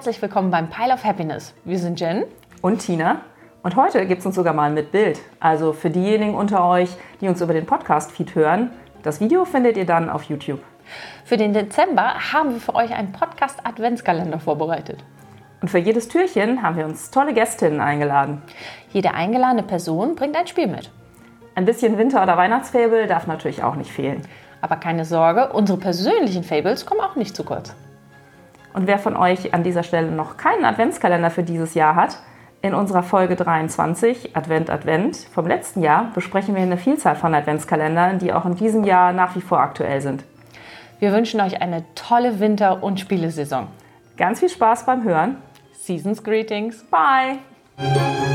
herzlich willkommen beim Pile of Happiness. Wir sind Jen und Tina und heute gibt es uns sogar mal mit Bild. Also für diejenigen unter euch, die uns über den Podcast-Feed hören, das Video findet ihr dann auf YouTube. Für den Dezember haben wir für euch einen Podcast-Adventskalender vorbereitet. Und für jedes Türchen haben wir uns tolle Gästinnen eingeladen. Jede eingeladene Person bringt ein Spiel mit. Ein bisschen Winter- oder Weihnachtsfable darf natürlich auch nicht fehlen. Aber keine Sorge, unsere persönlichen Fables kommen auch nicht zu kurz. Und wer von euch an dieser Stelle noch keinen Adventskalender für dieses Jahr hat, in unserer Folge 23, Advent vom letzten Jahr, besprechen wir eine Vielzahl von Adventskalendern, die auch in diesem Jahr nach wie vor aktuell sind. Wir wünschen euch eine tolle Winter- und Spielesaison. Ganz viel Spaß beim Hören. Season's Greetings. Bye!